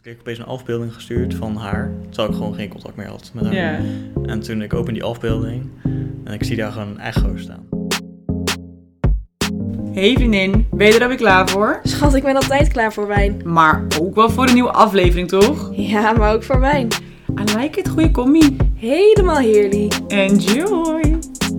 Toen kreeg ik opeens een afbeelding gestuurd van haar, terwijl ik gewoon geen contact meer had met haar. Ja. En toen ik open die afbeelding en ik zie daar gewoon een echo staan. Hey vriendin, ben je er alweer klaar voor? Schat, ik ben altijd klaar voor wijn. Maar ook wel voor een nieuwe aflevering, toch? Ja, maar ook voor wijn. I like it, goede commie. Helemaal heerlijk. Enjoy!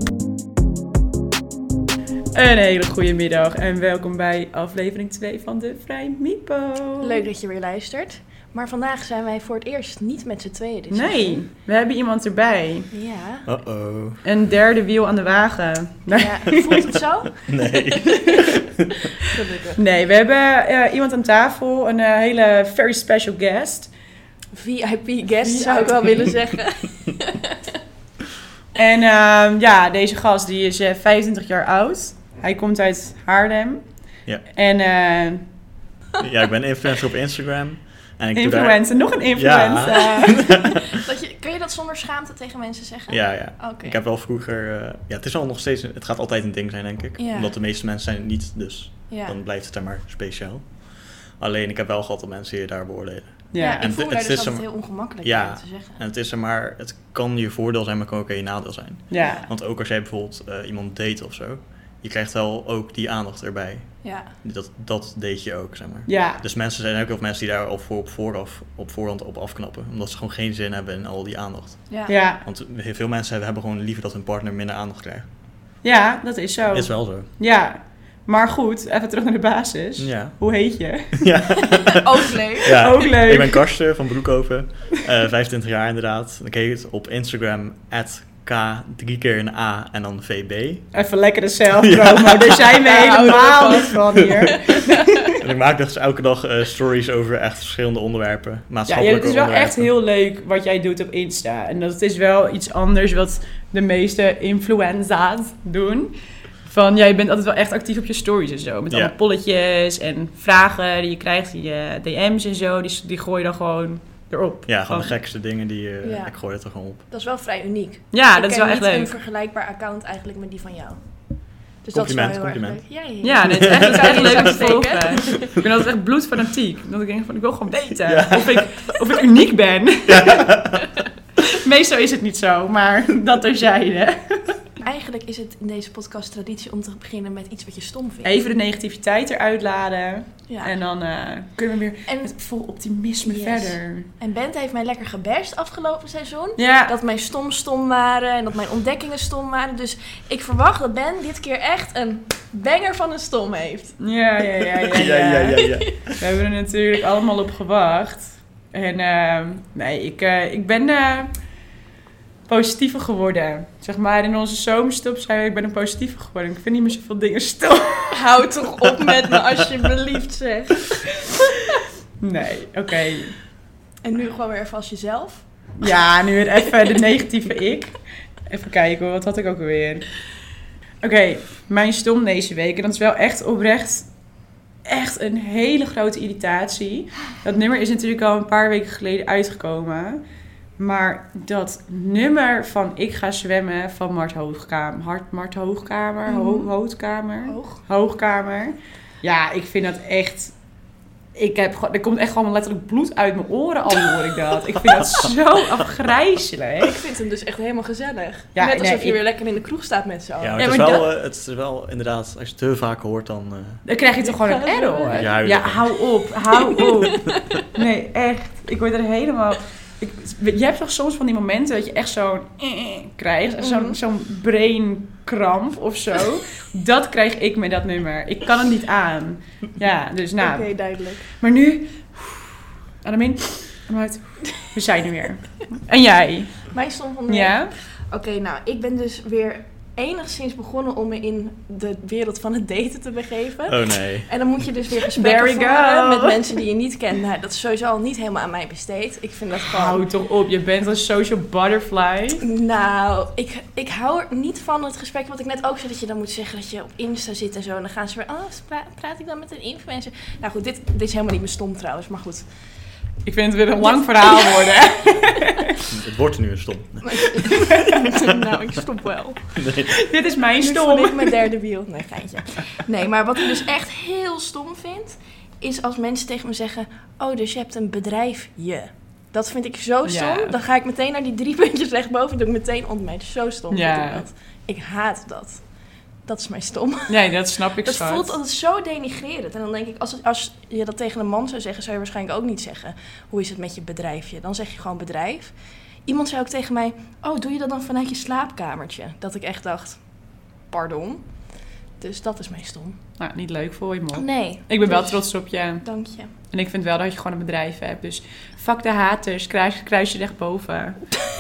Een hele goede middag en welkom bij aflevering 2 van de Vrij Mipo. Leuk dat je weer luistert. Maar vandaag zijn wij voor het eerst niet met z'n tweeën. Dus Nee, we hebben iemand erbij. Ja. Uh-oh. Een derde wiel aan de wagen. Ja, voelt het zo? Nee. Gelukkig. Nee, we hebben iemand aan tafel, een hele very special guest. VIP guest zou ik wel willen zeggen. En ja, deze gast die is 25 jaar oud. Hij komt uit Haarlem. Ja. En Ja, ik ben influencer op Instagram. En ik influencer, nog een influencer. Ja. Kun je dat zonder schaamte tegen mensen zeggen? Ja, ja. Oké. Ik heb wel vroeger... ja, het is al nog steeds... Het gaat altijd een ding zijn, denk ik. Ja. Omdat de meeste mensen zijn het niet, dus Ja. dan blijft het er maar speciaal. Alleen, ik heb wel gehad dat mensen je daar beoordelen. Ja, Ja. ik voel me het daar is dus altijd er- heel ongemakkelijk Ja. bij om te zeggen. En het is er maar... Het kan je voordeel zijn, maar kan ook je nadeel zijn. Ja. Want ook als jij bijvoorbeeld iemand date of zo... Je krijgt wel ook die aandacht erbij. Ja. Dat deed je ook, zeg maar. Ja. Dus er zijn ook heel veel mensen die daar al op voorhand op afknappen. Omdat ze gewoon geen zin hebben in al die aandacht. Ja. Ja. Want heel veel mensen hebben gewoon liever dat hun partner minder aandacht krijgt. Ja, dat is zo. Is wel zo. Ja. Maar goed, even terug naar de basis. Ja. Hoe heet je? Ja. Ook leuk. Ja. Ook leuk. Ik ben Karsten van Broekhoven. 25 jaar inderdaad. Ik heet op Instagram @K 3 keer een A en dan VB. Even lekker de zelfpromo. Daar zijn we helemaal niet van hier. En ik maak dus elke dag stories over echt verschillende onderwerpen. Ja, Maatschappelijke het is wel echt onderwerpen. heel leuk wat jij doet op Insta. En dat is wel iets anders wat de meeste influenza's doen. Van, jij bent altijd wel echt actief op je stories en zo. Met Ja. allemaal polletjes en vragen die je krijgt in je DM's en zo. Die gooi je dan gewoon erop. Ja, gewoon de Van- gekste dingen die... Ja. Ik gooi het er gewoon op. Dat is wel vrij uniek. Ja, Ik dat is ken wel echt niet leuk. een vergelijkbaar account eigenlijk met die van jou. Dus Compliment, dat is wel heel compliment. erg leuk. Ja, dit is echt, dat is echt leuk om te Uitsteken. volgen. Ik ben altijd echt bloedfanatiek. Dat ik denk van, ik wil gewoon weten Ja. of ik uniek ben. Meestal is het niet zo, maar dat terzijde. Eigenlijk is het in deze podcast traditie om te beginnen met iets wat je stom vindt. Even de negativiteit eruit laden. Ja. En dan kunnen we weer En, met vol optimisme Yes. verder. en Bent heeft mij lekker gebashed afgelopen seizoen. Ja, Dat mijn stom waren en dat mijn ontdekkingen stom waren. Dus ik verwacht dat Ben dit keer echt een banger van een stom heeft. ja. Ja. We hebben er natuurlijk allemaal op gewacht. En nee, ik ben positiever geworden. Zeg maar, in onze zomerstop zei ik ben een positiever geworden. Ik vind niet meer zoveel dingen stom. Hou toch op met me alsjeblieft zeg. Nee, oké. En nu gewoon weer even als jezelf. Ja, nu weer even de negatieve ik. Even kijken, wat had ik ook alweer? Oké, mijn stom deze week. En dat is wel echt oprecht echt een hele grote irritatie. Dat nummer is natuurlijk al een paar weken geleden uitgekomen. Maar dat nummer van Ik ga zwemmen van Mart Hoogkamer. Mart Hoogkamer? Mhm. Hoogkamer? Hoog. Hoogkamer. Ja, ik vind dat echt... Er komt echt gewoon letterlijk bloed uit mijn oren al hoor ik dat. Ik vind dat zo afgrijzelijk. Ik vind hem dus echt helemaal gezellig. Ja, Net alsof nee, je weer lekker in de kroeg staat met z'n allen. Ja, Ja, maar, maar het is wel inderdaad, als je het te vaak hoort, dan... Dan krijg je toch gewoon een error. Ja, Ja, hou op. Nee, echt. Ik word er helemaal... Je hebt toch soms van die momenten dat je echt zo'n krijgt. Zo'n brainkramp of zo. Dat krijg ik met dat nummer. Ik kan het niet aan. Ja, dus nou. Oké, duidelijk. Maar nu... Adem uit. We zijn er weer. En jij? Mijn stom van de week. Ja? Oké, nou, ik ben dus weer enigszins begonnen om me in de wereld van het daten te begeven. Oh nee. En dan moet je dus weer gesprekken There we voeren go. met mensen die je niet kent. Nou, dat is sowieso al niet helemaal aan mij besteed. Ik vind dat gewoon... Hou toch op. Je bent een social butterfly. Nou, ik hou er niet van het gesprek wat ik net ook zei, dat je dan moet zeggen dat je op Insta zit en zo. En dan gaan ze weer, praat ik dan met een influencer? Nou goed, dit is helemaal niet mijn stom trouwens, maar goed. Ik vind het weer een lang verhaal worden. Het wordt nu een stom. Nou, ik stop wel. Nee. Dit is mijn Nu stom. voel ik mijn derde wiel. Nee, geintje. Nee, maar wat ik dus echt heel stom vind, is als mensen tegen me zeggen... Oh, dus je hebt een bedrijfje. Dat vind ik zo stom. Ja. Dan ga ik meteen naar die 3 puntjes rechtsboven. Doe ik meteen ontmijt. Zo stom vind ik dat. Ik haat dat. Dat is mijn stom. Nee, dat snap ik, Dat schat. voelt altijd zo denigrerend. En dan denk ik, als je dat tegen een man zou zeggen... zou je waarschijnlijk ook niet zeggen... hoe is het met je bedrijfje? Dan zeg je gewoon bedrijf. Iemand zei ook tegen mij... oh, doe je dat dan vanuit je slaapkamertje? Dat ik echt dacht... pardon. Dus dat is mijn stom. Nou, niet leuk voor je, man. Nee. Ik ben wel dus trots op je. Dank je. En ik vind wel dat je gewoon een bedrijf hebt. Dus fuck de haters, kruis je rechtboven.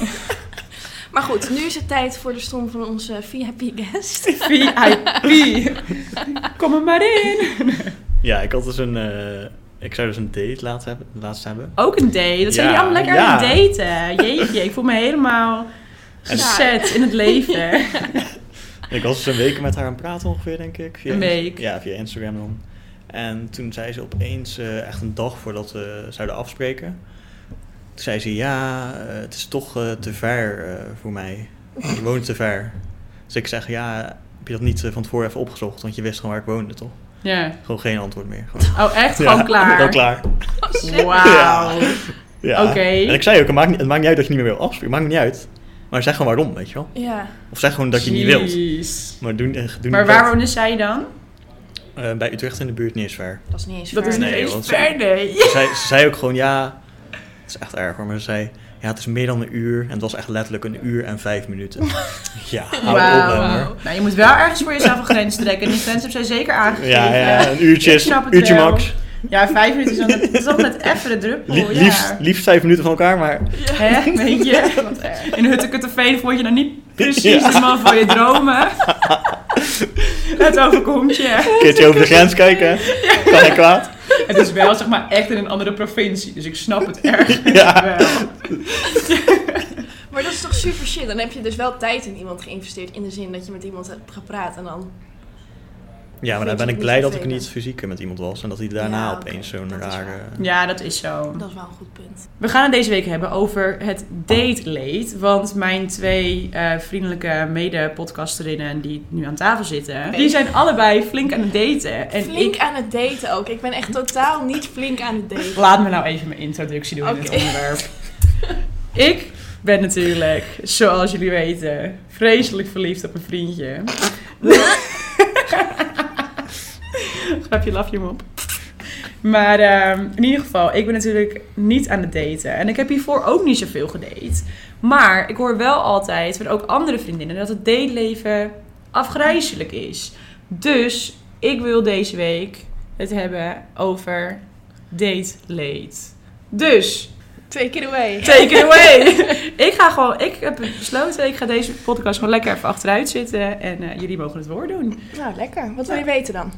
Maar goed, nu is het tijd voor de stom van onze VIP-guest. VIP. Kom er maar in. Ja, ik had dus ik zou dus een date laatst hebben. Ook een date. Dat zijn jullie allemaal lekker aan het daten. Jeetje, ik voel me helemaal gezet in het leven. Ik was dus een week met haar aan het praten ongeveer, denk ik. Een week? Ja, via Instagram dan. En toen zei ze opeens, echt een dag voordat we zouden afspreken... Toen zei ze, het is toch te ver voor mij. Je woont te ver. Dus ik zeg, heb je dat niet van tevoren even opgezocht? Want je wist gewoon waar ik woonde, toch? Ja. Gewoon geen antwoord meer. Gewoon. Oh, echt? Gewoon klaar? Gewoon klaar. Wauw. Ja. Oké. En ik zei ook, het maakt niet uit dat je niet meer wil afspreken. Maakt me niet uit. Maar zeg gewoon waarom, weet je wel. Ja. Of zeg gewoon dat je niet wilt. Maar Maar waar woonde zij dan? Bij Utrecht in de buurt, niet eens ver. Dat is niet eens Dat ver. is niet Nee, eens want ver, nee. Ze zei ook gewoon, het is echt erg hoor. Maar ze zei, het is meer dan een uur. En het was echt letterlijk 1 uur en 5 minuten. Ja, hou op hoor. Nou, je moet wel ergens voor jezelf een grens trekken. En die grens heb zij zeker aangegeven. Ja, een Ik snap het uurtje wel. max. Ja, 5 minuten is toch net even de druppel. Liefst 5 minuten van elkaar, maar... Hè, weet je? In Huttekutterveen vond je nou niet precies de man van je dromen. Het overkomt je. Een keertje over de grens kijken. Kan niet kwaad. Het is wel, zeg maar, echt in een andere provincie. Dus ik snap het erg Ja. wel. Maar dat is toch super shit. Dan heb je dus wel tijd in iemand geïnvesteerd. In de zin dat je met iemand hebt gepraat en dan... Ja, maar dan ben ik blij dat ik niet fysiek met iemand was. En dat hij daarna Ja, opeens oké, zo'n dat is rare... Ja, dat is zo. Dat is wel een goed punt. We gaan het deze week hebben over het dateleed. Want mijn 2 vriendelijke mede-podcasterinnen die nu aan tafel zitten... die zijn allebei flink aan het daten. En Flink aan het daten ook. Ik ben echt totaal niet flink aan het daten. Laat me nou even mijn introductie doen in het onderwerp. Ik ben natuurlijk, zoals jullie weten, vreselijk verliefd op een vriendje. Grapje, laf je hem op. Maar in ieder geval, ik ben natuurlijk niet aan het daten. En ik heb hiervoor ook niet zoveel gedate. Maar ik hoor wel altijd van ook andere vriendinnen dat het dateleven afgrijzelijk is. Dus ik wil deze week het hebben over dateleed. Dus... Take it away. Take it away. Ik heb besloten, ik ga deze podcast gewoon lekker even achteruit zitten. En jullie mogen het woord doen. Nou, lekker. Wat wil je weten dan?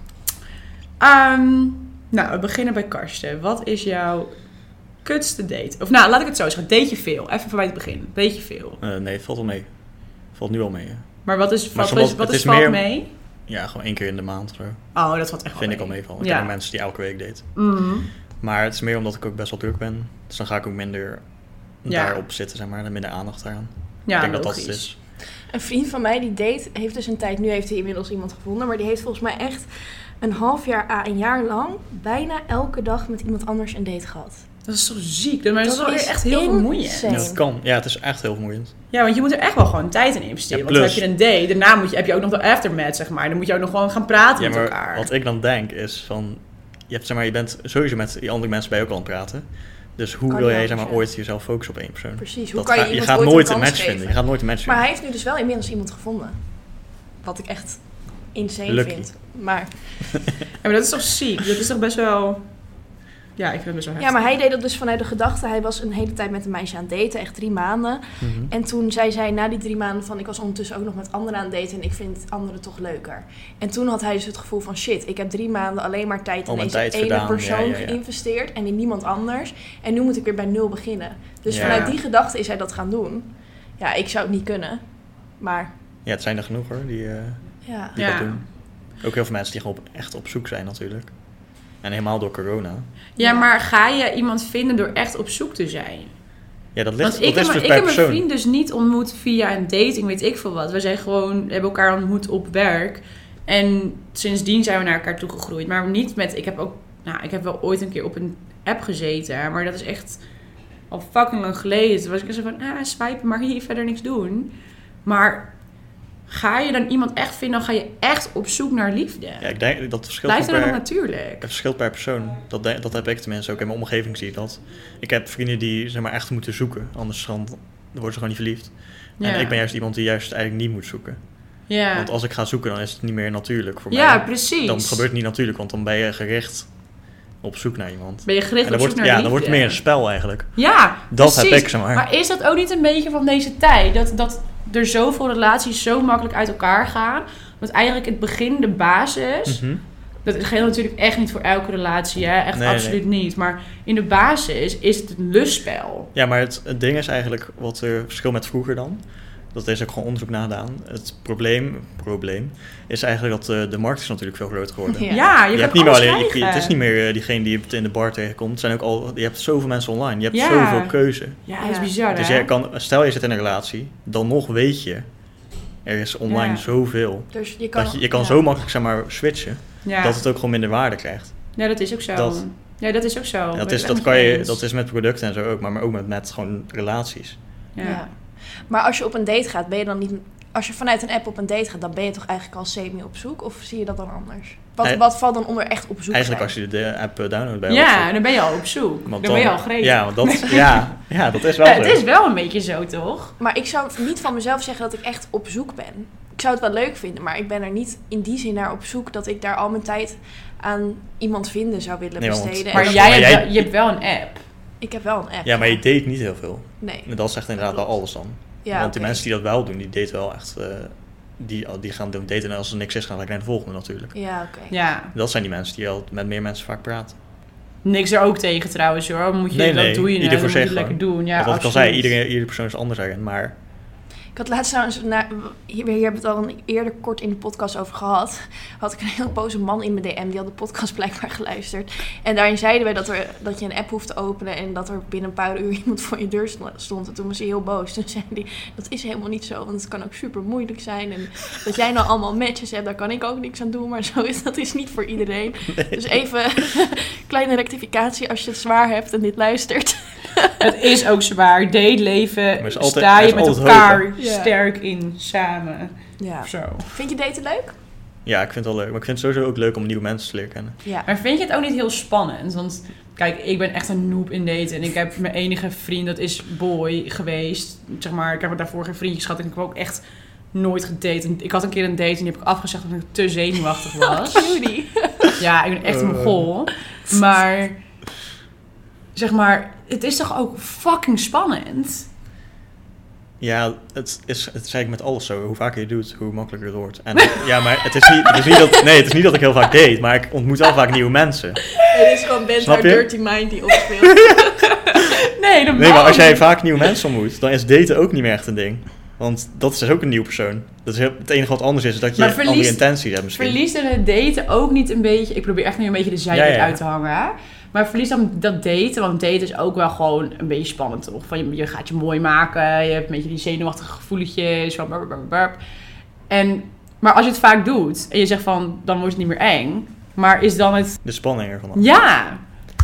Nou, we beginnen bij Karsten. Wat is jouw kutste date? Of nou, laat ik het zo zeggen. Date je veel? Even van bij het begin. Date je veel? nee, het valt wel mee. Valt nu al mee. Hè. Maar wat is Maar valt soms- meer mee? Ja, gewoon 1 keer in de maand of zo. Oh, dat valt echt wel Vind mee. ik al meevallen. Ik Ja. ken ook mensen die elke week daten. Mhm. Maar het is meer omdat ik ook best wel druk ben. Dus dan ga ik ook minder Ja. daarop zitten, zeg maar. En minder aandacht eraan. Ja, ik denk dat dat logisch. het is. Een vriend van mij die date, heeft dus een tijd, nu heeft hij inmiddels iemand gevonden, maar die heeft volgens mij echt een half jaar à een jaar lang bijna elke dag met iemand anders een date gehad. Dat is zo ziek. Maar dat is wel is echt heel vermoeiend. insane. Ja, dat kan. Ja, het is echt heel vermoeiend. Ja, want je moet er echt wel gewoon tijd in investeren. Ja, want dan heb plus- je een date. Daarna heb je ook nog de aftermath, zeg maar. Dan moet je ook nog gewoon gaan praten Ja, met maar elkaar. wat ik dan denk is van... Je bent sowieso met die andere mensen bij ook al aan het praten. Dus hoe Kan wil niet jij zeg maar, anders, ooit jezelf focussen op 1 persoon? Precies, hoe Dat kan je je iemand gaat ooit nooit een kans match geven? vinden. Je gaat nooit een match Maar vinden. hij heeft nu dus wel inmiddels iemand gevonden. Wat ik echt insane Lucky. vind. Maar, Ja, maar dat is toch ziek? Dat is toch best wel... Ja, ik vind het best wel ja, heftig. maar hij deed dat dus vanuit de gedachte. Hij was een hele tijd met een meisje aan het daten, echt 3 maanden. Mhm. En toen zei zij na die 3 maanden van... ik was ondertussen ook nog met anderen aan het daten... en ik vind anderen toch leuker. En toen had hij dus het gevoel van... shit, ik heb 3 maanden alleen maar tijd Al in mijn deze tijd ene gedaan, persoon ja. geïnvesteerd... en in niemand anders. En nu moet ik weer bij 0 beginnen. Dus Ja. vanuit die gedachte is hij dat gaan doen. Ja, ik zou het niet kunnen. Maar Ja, het zijn er genoeg hoor, die ja... Ja. dat doen. Ook heel veel mensen die gewoon echt op zoek zijn natuurlijk. En helemaal door corona. Ja, maar ga je iemand vinden door echt op zoek te zijn? Ja, dat Want ligt ik heb dus per mijn persoon. vriend dus niet ontmoet via een dating, weet ik veel wat. We zijn gewoon, hebben elkaar ontmoet op werk. En sindsdien zijn we naar elkaar toegegroeid. Maar niet met, ik heb ook Nou, ik heb wel ooit een keer op een app gezeten, maar dat is echt al fucking lang geleden. Toen was ik zo van, swipen, maar hier verder niks doen. Maar ga je dan iemand echt vinden, dan ga je echt op zoek naar liefde. Ja, ik denk dat verschilt Blijft er dan per... natuurlijk. Het verschilt per persoon. Dat heb ik tenminste ook in mijn omgeving zie ik dat. Ik heb vrienden die zeg maar echt moeten zoeken. Anders dan worden ze gewoon niet verliefd. Ja. En ik ben juist iemand die juist eigenlijk niet moet zoeken. Ja. Want als ik ga zoeken, dan is het niet meer natuurlijk voor mij. Ja, precies. Dan gebeurt het niet natuurlijk, want dan ben je gericht op zoek naar iemand. Ben je gericht En op dan zoek wordt, naar dan wordt het meer een spel eigenlijk. Ja, Dat precies. heb ik, zeg maar. Maar is dat ook niet een beetje van deze tijd? Dat er zoveel relaties zo makkelijk uit elkaar gaan. Want eigenlijk het begin, de basis... Mhm. Dat geldt natuurlijk echt niet voor elke relatie, hè? Echt Nee, absoluut niet. Maar in de basis is het een lustspel. Ja, maar het ding is eigenlijk wat er verschil met vroeger dan. Dat is ook gewoon onderzoek nagedaan. Het probleem is eigenlijk dat de markt is natuurlijk veel groter geworden. Ja. Ja, Je je hebt kan niet meer alles alleen, krijgen. het is niet meer diegene die in de bar tegenkomt. Het zijn ook al, je hebt zoveel mensen online. Je hebt Ja. zoveel keuze. Ja, dat is Ja. bizar, Dus hè? stel je zit in een relatie, dan nog weet je, er is online Ja. zoveel. Dus je kan, Dat je kan zo makkelijk zeg maar switchen, Ja. dat het ook gewoon minder waarde krijgt. Ja, dat is ook zo. Dat- Ja, dat is ook zo. Dat Ben is, ik dat, met kan je je, eens. dat is met producten en zo ook, maar ook met gewoon relaties. Ja. Ja. Maar als je op een date gaat, ben je dan niet... Als je vanuit een app op een date gaat, dan ben je toch eigenlijk al semi op zoek? Of zie je dat dan anders? Wat valt dan onder echt op zoek Eigenlijk zijn? als je de app downloadt bij Ja, dan ben je al op zoek. Want Dan ben je al gretig. Ja, want dat, ja, dat is wel Ja, zo. het is wel een beetje zo, toch? Maar ik zou niet van mezelf zeggen dat ik echt op zoek ben. Ik zou het wel leuk vinden, maar ik ben er niet in die zin naar op zoek... dat ik daar al mijn tijd aan iemand vinden zou willen Nee, want- besteden. Maar En dat- je hebt wel een app. Ik heb wel een app. Ja, maar je date niet heel veel. Nee. En dat zegt inderdaad wel alles dan. Ja, Want die oké. mensen die dat wel doen, die daten wel echt... die gaan daten en als er niks is, gaan we naar de volgende natuurlijk. Ja, oké. Ja. Dat zijn die mensen die al met meer mensen vaak praten. Niks er ook tegen trouwens, hoor. Moet je, Nee, dat doe je ieder net, voor dat moet zich je lekker doen. Ja, Ja, wat ik al zei, absoluut. iedere persoon is anders daarin, maar... Ik had laatst trouwens, hier hebben we het al eerder kort in de podcast over gehad. Had ik een heel boze man in mijn DM, die had de podcast blijkbaar geluisterd. En daarin zeiden wij dat je een app hoeft te openen en dat er binnen een paar uur iemand voor je deur stond. En toen was hij heel boos. Toen zei hij, dat is helemaal niet zo, want het kan ook super moeilijk zijn. En dat jij nou allemaal matches hebt, daar kan ik ook niks aan doen. Maar dat is niet voor iedereen. Nee. Dus even kleine rectificatie als je het zwaar hebt en dit luistert. Het is ook zwaar. Dateleven, is altijd- sta er je is met altijd elkaar hoop, hè? Ja. sterk in, samen. Ja. Of zo. Vind je daten leuk? Ja, ik vind het wel leuk. Maar ik vind het sowieso ook leuk om nieuwe mensen te leren kennen. Ja. Maar vind je het ook niet heel spannend? Want kijk, ik ben echt een noob in daten. En ik heb mijn enige vriend, dat is Boy geweest. Zeg maar, ik heb daarvoor geen vriendjes gehad. En ik heb ook echt nooit gedate. En ik had een keer een date en die heb ik afgezegd omdat ik te zenuwachtig was. Cutie. Ja, ik ben echt een mogol. Maar, zeg maar, het is toch ook fucking spannend? Ja, het is eigenlijk met alles zo. Hoe vaker je doet, hoe makkelijker het wordt. En ja, maar het is niet dat ik heel vaak date, maar ik ontmoet wel vaak nieuwe mensen. Het is gewoon Snap Bent je? Dirty Mind die opspeelt. Nee, dat Nee, maar als mag jij niet. vaak nieuwe mensen ontmoet, dan is daten ook niet meer echt een ding. Want dat is dus ook een nieuwe persoon. Dat is het enige wat anders is dat je Maar verliest- andere intenties hebt misschien. Verliest in het daten ook niet een beetje... Ik probeer echt nu een beetje de zijkant Ja, ja. uit te hangen. Hè? Maar verlies dan dat daten. Want daten is ook wel gewoon een beetje spannend, toch? Van, je gaat je mooi maken. Je hebt een beetje die zenuwachtige gevoeletjes. Van burp, burp, burp. Maar als je het vaak doet en je zegt van... Dan wordt het niet meer eng. Maar is dan het... De spanning ervan. Ja!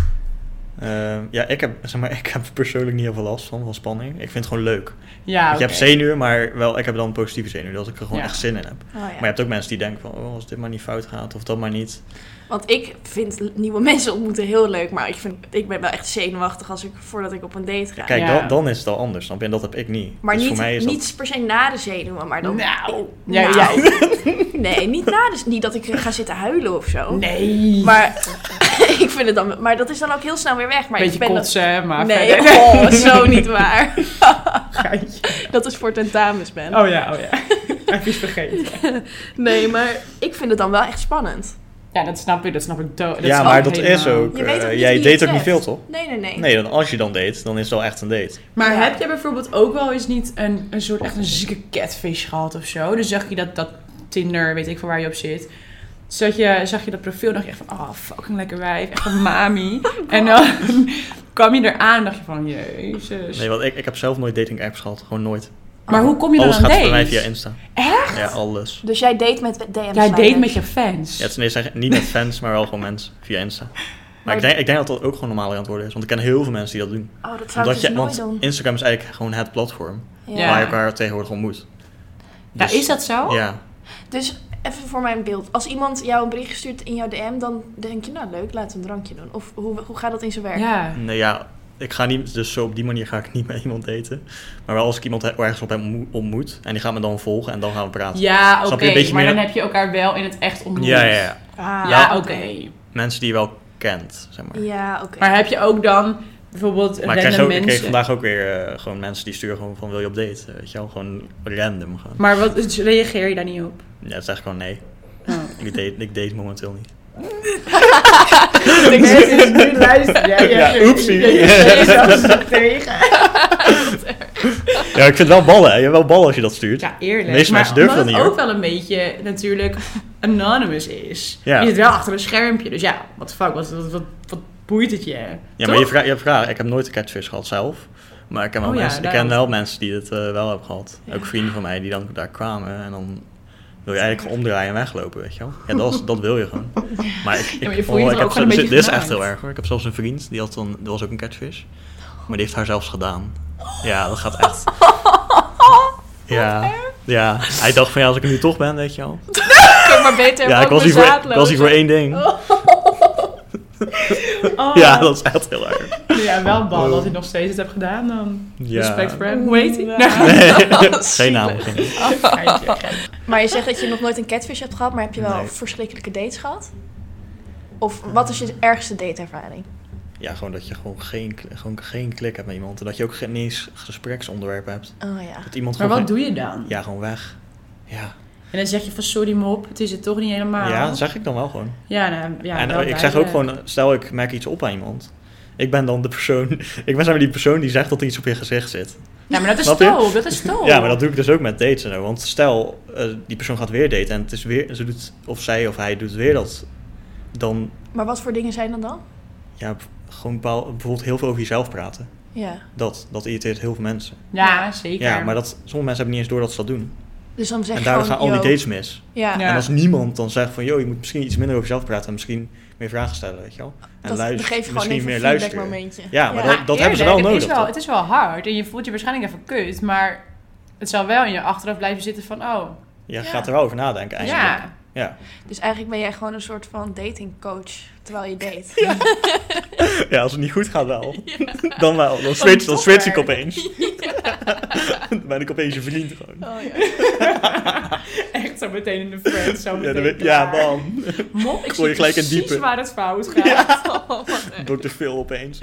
Ja, ik heb persoonlijk niet heel veel last van spanning. Ik vind het gewoon leuk. Ja, Want je oké. hebt zenuwen, maar wel, ik heb dan positieve zenuwen. Dat ik er gewoon Ja. echt zin in heb. Oh, ja. Maar je hebt ook mensen die denken van, als dit maar niet fout gaat of dat maar niet. Want ik vind nieuwe mensen ontmoeten heel leuk, maar ik ben wel echt zenuwachtig voordat ik op een date ga. Kijk, Ja. dan is het al anders. Snap je? En dat heb ik niet. Maar dus niet, voor mij is niet per se na de zenuwen, maar dan... Nou, Nou. ja, Nee, niet dat ik ga zitten huilen of zo. nee. Maar ik vind het dan... Maar dat is dan ook heel snel weer weg. Maar Beetje ik ben kotsen, maar Nee, verder. oh, zo niet waar. Geintje. Dat is voor tentamens, Ben. Oh ja. Heb je het vergeten. Nee, maar ik vind het dan wel echt spannend. Ja, dat snap ik. Ja, maar dat is ook... Je weet ook niet jij wie je date ook niet treft. veel, toch? Nee. Nee, dan als je dan date, dan is het wel echt een date. Maar Ja. heb jij bijvoorbeeld ook wel eens niet een soort echt een zieke catfish gehad of zo? Dus zag je dat Tinder, weet ik veel waar je op zit. Zag je dat profiel en dacht je echt van, oh, fucking lekker wijf, echt een mami. En dan kwam je eraan en dacht je van, jezus. Nee, want ik heb zelf nooit dating apps gehad. Gewoon nooit. Maar hoe kom je dan Alles aan gaat date? bij mij via Insta. Echt? Ja, alles. Dus jij date met DM's? Jij date met je fans? Ja, het is niet met fans, maar wel gewoon mensen via Insta. Maar ik denk dat dat ook gewoon normaler aan het worden is. Want ik ken heel veel mensen die dat doen. Oh, dat zou ik dus nooit doen. Instagram is eigenlijk gewoon het platform. Ja. Waar je elkaar tegenwoordig ontmoet. Ja, Dus, is dat zo? Ja. Dus even voor mijn beeld. Als iemand jou een bericht stuurt in jouw DM, dan denk je, nou leuk, laten we een drankje doen. Of hoe gaat dat in zijn werk? Ja. Nee, ja, ik ga niet, dus zo op die manier ga ik niet met iemand daten. Maar wel als ik iemand ergens op hem ontmoet en die gaat me dan volgen en dan gaan we praten. Ja, Snap je? oké. Een beetje Maar meer- dan heb je elkaar wel in het echt ontmoet. Ja. Ah, Ja, oké. Mensen die je wel kent, zeg maar. Ja, oké. Maar heb je ook dan bijvoorbeeld Maar ik random kreeg mensen... vandaag ook weer gewoon mensen die sturen gewoon van wil je op date? Weet je wel, gewoon random. Gewoon. Maar wat reageer je daar niet op? Ja, dat is echt gewoon nee. Oh. Ik date momenteel niet. Mensen nu luisteren. Ja, oepsie. Tegen. Ja, ik vind het wel ballen. Je hebt wel ballen als je dat stuurt. Ja, eerlijk. De meeste maar mensen durven omdat dat het niet, ook wel een beetje natuurlijk anonymous is. Ja. Je zit wel achter een schermpje. Dus ja, what the fuck, wat boeit het je? Ja, Toch? maar je hebt vragen. Ik heb nooit een catfish gehad zelf. Maar ik ken wel, Oh ja, mensen, ik daar ken ook. wel mensen die het wel hebben gehad. Ja. Ook vrienden van mij die dan daar kwamen. En dan wil je eigenlijk omdraaien en weglopen, weet je wel. Ja, dat wil je gewoon. Maar Ja, maar je voelt je toch ik heb ook gewoon een beetje dit is genaaid. echt heel erg hoor. Ik heb zelfs een vriend, die had dan, dat was ook een catfish. Maar die heeft haar zelfs gedaan. Ja, dat gaat echt. Ja, hij dacht van ja, als ik er nu toch ben, weet je wel. Kan maar beter Ja, ik was hier voor één ding. Oh. Ja, dat is echt heel erg. Ja, wel bal dat hij nog steeds het hebt gedaan dan. Ja. Respect for hem. Hoe heet hij? Nee, geen naam. Geintje. Maar je zegt dat je nog nooit een catfish hebt gehad, maar heb je wel Nee. verschrikkelijke dates gehad? Of wat is je ergste dateervaring? Ja, gewoon dat je gewoon geen klik hebt met iemand. En dat je ook geen eens gespreksonderwerp hebt. Oh ja. Dat iemand Maar gewoon wat doe je dan? Ja, gewoon weg. Ja. En dan zeg je van sorry mop, het is het toch niet helemaal. Ja, dat zeg ik dan wel gewoon. Ja, nou, ja, en wel ik zeg ook duidelijk. gewoon, stel ik merk iets op aan iemand. Ik ben dan de persoon, ik ben zeg maar die persoon die zegt dat er iets op je gezicht zit. Ja, maar dat is Snap je? top, dat is top. Ja, maar dat doe ik dus ook met dates en zo. Want stel, die persoon gaat weer daten en het is weer, ze doet, of zij of hij doet weer dat. Dan, Maar wat voor dingen zijn dat dan? ja, gewoon bijvoorbeeld heel veel over jezelf praten. Ja. Dat irriteert heel veel mensen. Ja, zeker. Ja, maar sommige mensen hebben niet eens door dat ze dat doen. Dus dan zeg En je daardoor gewoon, gaan al die yo. dates mis. Ja. Ja. En als niemand dan zegt van, joh, je moet misschien iets minder over jezelf praten en misschien meer vragen stellen, weet je wel. En Dan geef je gewoon misschien even meer een luisteren. feedbackmomentje. Ja, maar Ja, dat hebben ze wel eerlijk, nodig. toch? Het is wel hard en je voelt je waarschijnlijk even kut, maar het zal wel in je achterhoofd blijven zitten van oh. Je Ja. gaat er wel over nadenken eigenlijk. Ja. Ja. Dus eigenlijk ben jij gewoon een soort van datingcoach terwijl je date. Ja, als het niet goed gaat wel. Dan wel. Dan toch switch ik wel. opeens. Dan ben ik opeens je vriend gewoon. Oh ja. Echt zo meteen in de friends, zo Ja, meteen ja klaar. man. Mop, ik Gooi je zie gelijk een precies diepe. waar het fout gaat. Oh, wat erg. Door te veel opeens. Oh.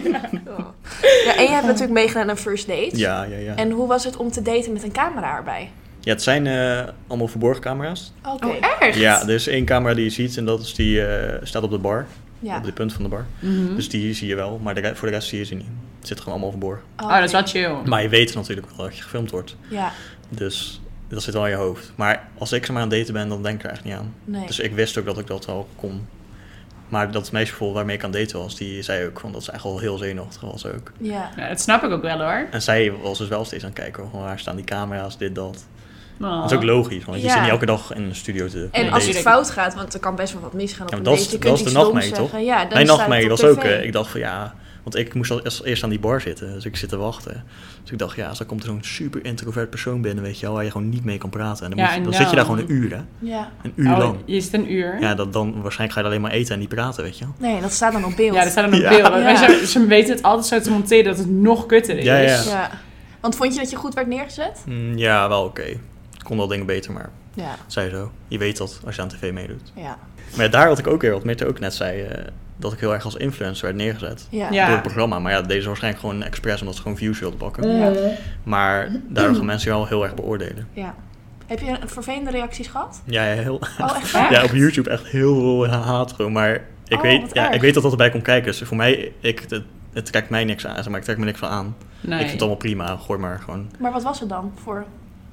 Ja, en je hebt natuurlijk meegedaan aan een first date. Ja. En hoe was het om te daten met een camera erbij? Ja, het zijn allemaal verborgen camera's. Oké. Oh, echt? Ja, er is één camera die je ziet en dat is die staat op de bar. Ja. Op de punt van de bar. Mhm. Dus die zie je wel, maar voor de rest zie je ze niet. Het zit gewoon allemaal verborgen. Oh, Oh, dat is wel chill. Maar je weet natuurlijk wel dat je gefilmd wordt. Ja, Dus dat zit wel in je hoofd. Maar als ik zeg maar aan het daten ben, dan denk ik er echt niet aan. nee. Dus ik wist ook dat ik dat wel kon. Maar dat meisje bijvoorbeeld waarmee ik aan het daten was, die zei ook van dat ze echt wel heel zenuwachtig was ook. Ja. Ja, dat snap ik ook wel hoor. En zij was dus wel steeds aan het kijken van waar staan die camera's, dit, dat. Oh. Dat is ook logisch, want je Ja. zit niet elke dag in een studio te En Nee, als het natuurlijk. fout gaat, want er kan best wel wat misgaan op Ja, een maar date. Je kunt dat is de iets doms nachtmerrie, toch? zeggen. Ja, dan Mijn staat nachtmerrie het was op ook, tv. ik dacht van ja, want ik moest eerst aan die bar zitten, dus ik zit te wachten. Dus ik dacht ja, dan komt er zo'n super introvert persoon binnen, weet je wel, waar je gewoon niet mee kan praten. En dan, Ja, dan zit je daar nou. gewoon een uur, hè. Ja. Een uur lang. Oh, je zit een uur? Ja, dan waarschijnlijk ga je alleen maar eten en niet praten, weet je wel. Nee, dat staat dan op beeld. Ja, dat staat dan op Ja. beeld. Ja. Ze weten het altijd zo te monteren dat het nog kutter is. Ja. Ja. Want vond je dat je goed werd neergezet? Ja, wel oké. Ik kon wel dingen beter, maar Ja. zei zo. Je weet dat als je aan tv meedoet. Ja. Maar ja, daar had ik ook weer, wat Mirte ook net zei, dat ik heel erg als influencer werd neergezet. Ja. Ja. Door het programma. Maar ja, dat deden ze waarschijnlijk gewoon expres omdat ze gewoon views wilden pakken. Ja. Maar daardoor gaan mensen je wel heel erg beoordelen. Ja. Heb je een vervelende reacties gehad? Ja, heel, Oh, echt? Echt? op YouTube echt heel veel haat gewoon. Maar ik, Oh, weet, wat ja, erg. ik weet dat dat erbij komt kijken. Dus voor mij, het trekt mij niks aan. Zeg maar ik trek me niks van aan. Nee. Ik vind het allemaal prima. Gooi maar gewoon. Maar wat was het dan voor?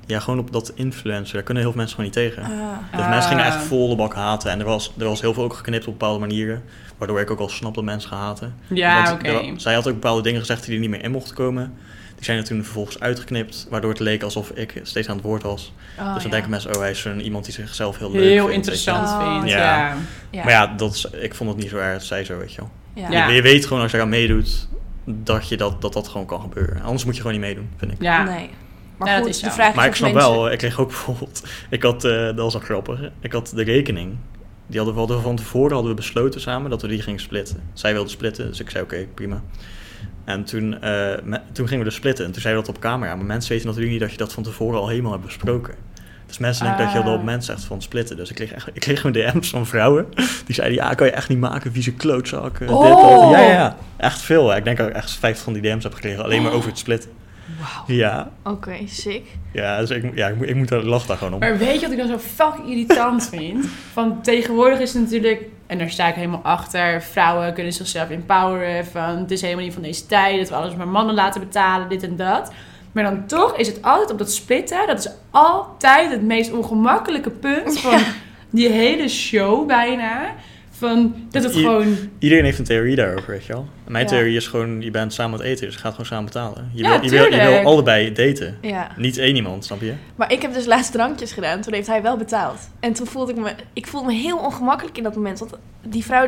Ja, gewoon op dat influencer. Daar kunnen heel veel mensen gewoon niet tegen. Ah. Dus mensen gingen echt volle bak haten. En er was heel veel ook geknipt op bepaalde manieren. Waardoor ik ook al snap dat mensen gaan haten. Ja, Want oké. zij had ook bepaalde dingen gezegd die er niet meer in mochten komen. Die zijn er toen vervolgens uitgeknipt. Waardoor het leek alsof ik steeds aan het woord was. Dus dan denken mensen, hij is iemand die zichzelf heel leuk vindt. Heel interessant weet je. vindt, Ja. ja. Maar ja, ik vond het niet zo erg. Het zij zo, weet je wel. Ja. Ja. Je weet gewoon als je eraan meedoet, dat gewoon kan gebeuren. Anders moet je gewoon niet meedoen, vind ik. Ja. Nee. Maar Ja, dat goed, is de zo. vraag is Maar ik of snap mensen... wel, ik kreeg ook bijvoorbeeld... dat was ook grappig. Ik had de rekening. Die hadden we van tevoren besloten samen dat we die gingen splitten. Zij wilde splitten, dus ik zei oké, prima. En toen gingen we dus splitten. En toen zeiden we dat op camera. Maar mensen weten natuurlijk niet dat je dat van tevoren al helemaal hebt besproken. Dus mensen denken dat je dat op moment zegt van splitten. Dus ik kreeg gewoon DM's van vrouwen. Die zeiden, ja, kan je echt niet maken, vieze klootzak. Dit, dat. Ja. Echt veel. Hè. Ik denk dat ik echt 50 van die DM's heb gekregen. Alleen maar over het splitten. Wauw. Ja. Oké, sick. Ja, dus ik lach daar gewoon om. Maar weet je wat ik dan zo fucking irritant vind? Van tegenwoordig is het natuurlijk, en daar sta ik helemaal achter, vrouwen kunnen zichzelf empoweren. Van het is helemaal niet van deze tijd, dat we alles maar mannen laten betalen, dit en dat. Maar dan toch is het altijd op dat splitten, dat is altijd het meest ongemakkelijke punt van die hele show bijna. Van dat het gewoon... Iedereen heeft een theorie daarover, weet je wel. En mijn Ja. theorie is gewoon, je bent samen aan het eten, dus je gaat gewoon samen betalen. Je Ja, wil allebei daten. Ja. Niet één iemand, snap je? Maar ik heb dus laatst drankjes gedaan. Toen heeft hij wel betaald. En toen voelde ik voelde me heel ongemakkelijk in dat moment. Want die vrouw,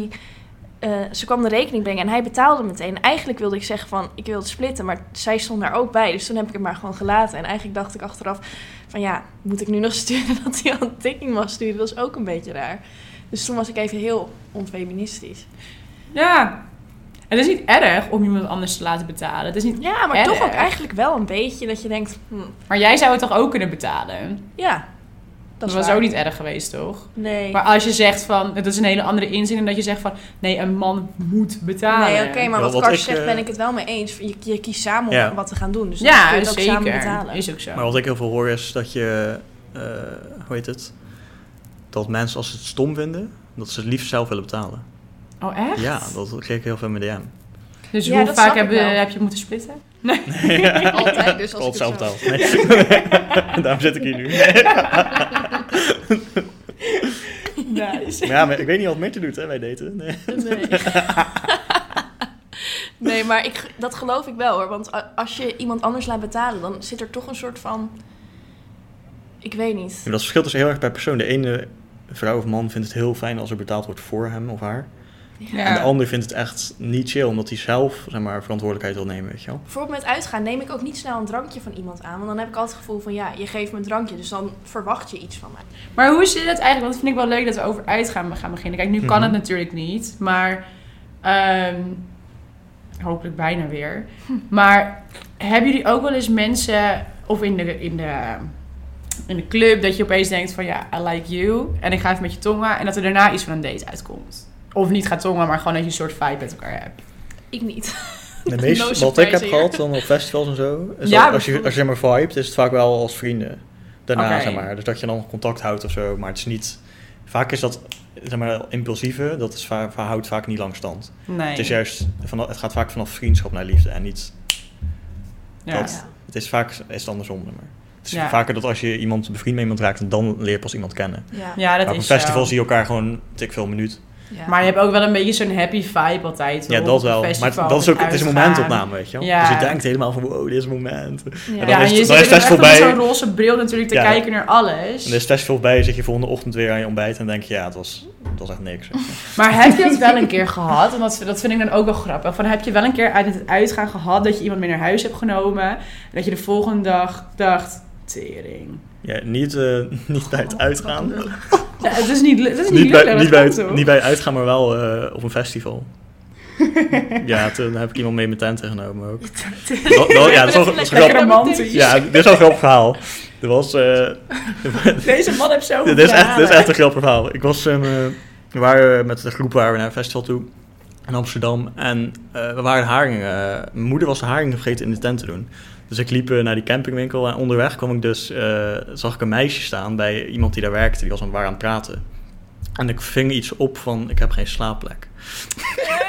ze kwam de rekening brengen en hij betaalde meteen. Eigenlijk wilde ik zeggen van, ik wil het splitten. Maar zij stond daar ook bij. Dus toen heb ik het maar gewoon gelaten. En eigenlijk dacht ik achteraf van, ja, moet ik nu nog sturen dat hij al een tikking mag sturen? Dat was ook een beetje raar. Dus toen was ik even heel onfeministisch. Ja, het is niet erg om iemand anders te laten betalen. Het is niet Ja, maar erg. toch ook eigenlijk wel een beetje dat je denkt, Maar jij zou het toch ook kunnen betalen? ja, Dat is was waar. ook niet erg geweest, toch? Nee. Maar als je zegt van, dat is een hele andere inzin dan dat je zegt van, nee, een man moet betalen. Nee, oké, maar Wel, wat wat Kars ik, zegt, ben ik het wel mee eens. Je kiest samen Ja. om wat te gaan doen. Dus dan Ja, kun je het ook samen zeker. betalen. Is ook zo. Maar wat ik heel veel hoor is dat je, hoe heet het? Dat mensen als ze het stom vinden, dat ze het liefst zelf willen betalen. Oh, echt? Ja, dat kreeg ik heel veel in mijn DM. Dus Ja, hoe dat vaak snap ik wel. heb je moeten splitten? Altijd, dus als Altijd ik het zelf zo... betaald. Nee. Daarom zit ik hier nu. Nice. Maar ja, maar ik weet niet wat meer te doen hè, bij daten. Nee. Nee. Nee, maar dat geloof ik wel hoor. Want als je iemand anders laat betalen, dan zit er toch een soort van... Ik weet niet. Maar dat verschilt dus heel erg per persoon. De ene vrouw of man vindt het heel fijn als er betaald wordt voor hem of haar. Ja. En de ander vindt het echt niet chill, omdat hij zelf zeg maar, verantwoordelijkheid wil nemen, weet je wel. Bijvoorbeeld met uitgaan neem ik ook niet snel een drankje van iemand aan. Want dan heb ik altijd het gevoel van, ja, je geeft me een drankje. Dus dan verwacht je iets van mij. Maar hoe zit het eigenlijk? Want dat vind ik wel leuk dat we over uitgaan gaan beginnen. Kijk, nu kan het Mhm. natuurlijk niet, maar hopelijk bijna weer. Maar hebben jullie ook wel eens mensen, of in de club, dat je opeens denkt van ja, I like you. En ik ga even met je tongen. En dat er daarna iets van een date uitkomt. Of niet gaat tongen, maar gewoon dat je een soort vibe met elkaar hebt. Ik niet. De meeste No wat surprise ik heb hier. gehad dan op festivals en zo, is Ja, dat als je zeg maar vibet, is het vaak wel als vrienden. Daarna, Oké. zeg maar. Dus dat je dan contact houdt of zo, maar het is niet... Vaak is dat, zeg maar, impulsieve, dat is houdt vaak niet lang stand. Nee. Het is juist, het gaat vaak vanaf vriendschap naar liefde en niet... Ja. dat- Het is vaak is het andersom. Maar. Het is Ja. vaker dat als je bevriend met iemand raakt, dan leer je pas iemand kennen. Ja. Ja, dat Maar op is een festival zo. zie je elkaar gewoon veel een minuut. Ja. Maar je hebt ook wel een beetje zo'n happy vibe altijd. Ja, hoor, dat op een wel. festival, Maar dat is ook, met het is een uitgaan. momentopname, weet je wel. Ja. Dus je denkt helemaal van, wow, dit is een moment. Ja. En dan Ja, is en het- je dan zit is er het echt festival met bij. zo'n roze bril natuurlijk te Ja. kijken naar alles. En er is festival bij, zit je volgende ochtend weer aan je ontbijt en denk je, ja, het was echt niks. Weet je. Maar heb je het wel een keer gehad? Want dat vind ik dan ook wel grappig. Van, heb je wel een keer uit het uitgaan gehad dat je iemand mee naar huis hebt genomen? En dat je de volgende dag dacht, tering. Ja, niet bij het uitgaan. Ja, het is niet lullig, Niet dat bij kan het toch? niet bij het uitgaan, maar wel op een festival. Ja, toen heb ik iemand mee mijn tent genomen ook. Ja, dat is wel een Lekker grappig. romantisch. Ja, dit is wel een grappig verhaal. Er was... Deze man heeft zo Dit is echt een grappig verhaal. We waren met de groep naar een festival toe in Amsterdam. En we waren haringen. Mijn moeder was de haringen vergeten in de tent te doen. Dus ik liep naar die campingwinkel en onderweg kwam ik dus, zag ik een meisje staan bij iemand die daar werkte. Die waren aan het praten. En ik ving iets op van, ik heb geen slaapplek.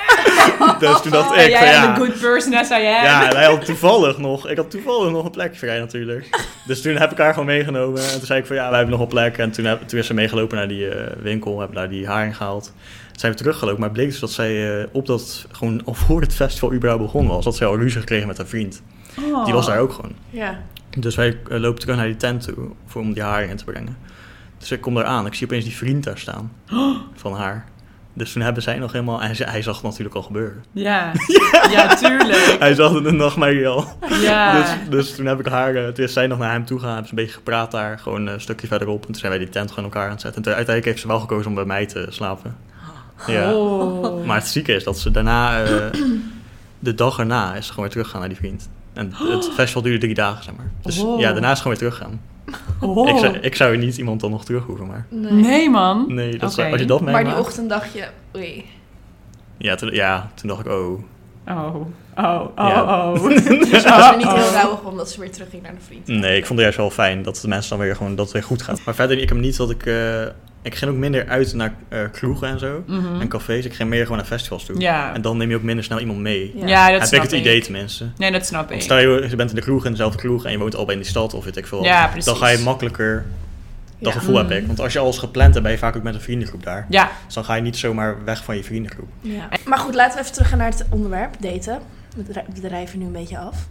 Dus toen dacht En ik jij van had een good person as I am. Ja, en hij had toevallig nog... Ik had toevallig nog een plekje vrij natuurlijk. Dus toen heb ik haar gewoon meegenomen. En toen zei ik van ja, wij hebben nog een plek. En toen is ze meegelopen naar die winkel. Hebben daar die haring gehaald. Toen zijn we teruggelopen. Maar het bleek dus dat zij gewoon al voor het festival überhaupt begonnen was. Dat zij al ruzie gekregen met haar vriend. Oh. Die was daar ook gewoon. Ja. Dus wij lopen terug naar die tent toe. Om die haring in te brengen. Dus ik kom daar aan. Ik zie opeens die vriend daar staan. Van haar. Dus toen hebben zij nog helemaal... En hij zag het natuurlijk al gebeuren. Ja, ja, tuurlijk. Hij zag het een nachtmerrie al. Ja. Dus toen heb ik haar... Toen is zij nog naar hem toe gegaan. Hebben ze een beetje gepraat daar. Gewoon een stukje verderop. En toen zijn wij die tent gewoon elkaar aan het zetten. En toen, uiteindelijk heeft ze wel gekozen om bij mij te slapen. Ja. Oh. Maar het zieke is dat ze daarna... de dag erna is ze gewoon weer teruggegaan naar die vriend. En het festival duurde 3 dagen, zeg maar. Dus ja, daarna is ze gewoon weer teruggegaan. Oh. Ik zou er niet iemand dan nog terug hoeven, maar... Nee, man. Nee, dat Oké. als je dat Maar meemaakt... die ochtend dacht je, oei. Ja, toen dacht ik, oh... Oh. Dus was er niet heel rauwig omdat ze weer terugging naar de vriend. Nee, ik vond het juist wel fijn dat de mensen dan weer gewoon dat het weer goed gaat. Maar verder, ik heb niet dat ik... ik ging ook minder uit naar kroegen en zo. Mhm. En cafés. Ik ging meer gewoon naar festivals toe. Ja. En dan neem je ook minder snel iemand mee. Ja, dat Heb snap ik het idee tenminste. Nee, dat snap ik. Want stel je bent in de kroeg, in dezelfde kroeg en je woont al bij in die stad of weet ik veel. Ja, precies. Dan ga je makkelijker... Dat Ja. gevoel heb ik. Want als je alles gepland hebt, ben je vaak ook met een vriendengroep daar. Ja. Dus dan ga je niet zomaar weg van je vriendengroep. Ja. Maar goed, laten we even teruggaan naar het onderwerp, daten. We drijven nu een beetje af.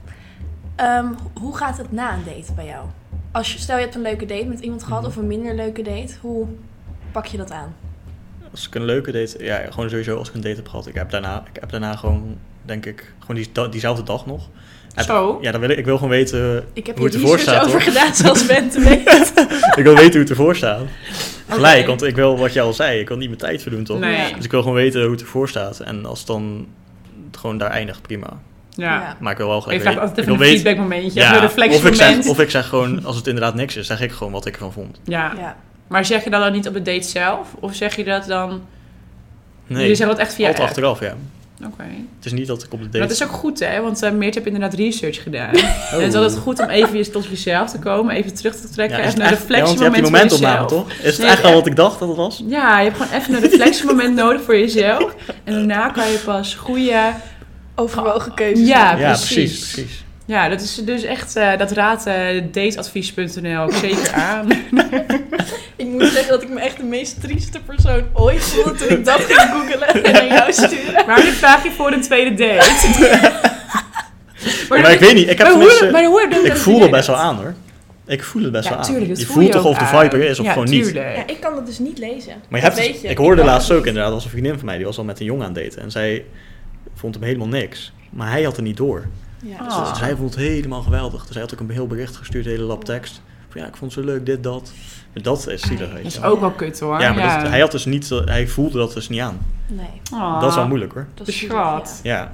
Hoe gaat het na een date bij jou? Stel je hebt een leuke date met iemand gehad of een minder leuke date. Hoe pak je dat aan? Als ik een leuke date... Ja, gewoon sowieso als ik een date heb gehad. Ik heb daarna gewoon, denk ik... Gewoon diezelfde dag nog. Zo? Ja, ik wil gewoon weten Ik heb hoe hier het ervoor research staat. over hoor. gedaan, zoals Bente weet. Ik wil weten hoe het ervoor staat. Gelijk, Oké. want ik wil wat jij al zei. Ik wil niet mijn tijd verdoen, toch? Nee. Dus ik wil gewoon weten hoe het ervoor staat. En als het dan gewoon daar eindigt, prima. Ja. Maar ik wil wel Je gelijk vraagt weten. altijd even een feedbackmomentje. Ja, Een reflectiemoment. of ik zeg gewoon, als het inderdaad niks is, zeg ik gewoon wat ik ervan vond. Ja. Ja. Maar zeg je dat dan niet op de date zelf? Of zeg je dat dan... Nee, Je zegt dat echt via altijd app? achteraf, ja. Oké. Het is niet dat ik op de date... Maar dat is ook goed, hè? Want Meert heeft inderdaad research gedaan. En het is altijd goed om even tot jezelf te komen, even terug te trekken. Ja, is even het een echt- want je hebt reflectiemoment die voor momentopname, jezelf. toch? Is het Nee, echt al wat ik dacht dat het was? Ja, je hebt gewoon even een reflectiemoment nodig voor jezelf. En daarna kan je pas goede... Overwogen keuzes. Ja, maken. Ja, precies. precies. Ja, dat is dus echt... dat raadt dateadvies.nl ook zeker aan. Ik moet zeggen dat ik me echt de meest trieste persoon ooit voelde toen ik dat ging googelen en naar jou sturen. Maar nu vraag je voor een tweede date. Maar ik weet niet, ik heb tenminste... Ik voel het best wel aan, hoor. Ik voel het best Ja, wel aan. tuurlijk, dat Je voel voelt je toch ook of de aan. vibe er is of Ja, gewoon niet. tuurlijk. Ja, ik kan dat dus niet lezen. Maar je Dat hebt, weet je. ik hoorde kan laatst dat ook niet. inderdaad, als een vriendin van mij, die was al met een jongen aan het daten. En zij vond hem helemaal niks. Maar hij had er niet door. Ja, Ah. Dus hij vond het helemaal geweldig. Dus hij had ook een heel bericht gestuurd, een hele lap tekst. Van ja, ik vond het zo leuk, dit, dat. Dat is zielig, weet Dat je is wel. ook wel kut, hoor. Ja, maar hij had dus niet, hij voelde dat dus niet aan. Nee, Ah, Dat is wel moeilijk, hoor. dat is Beschat. Ja.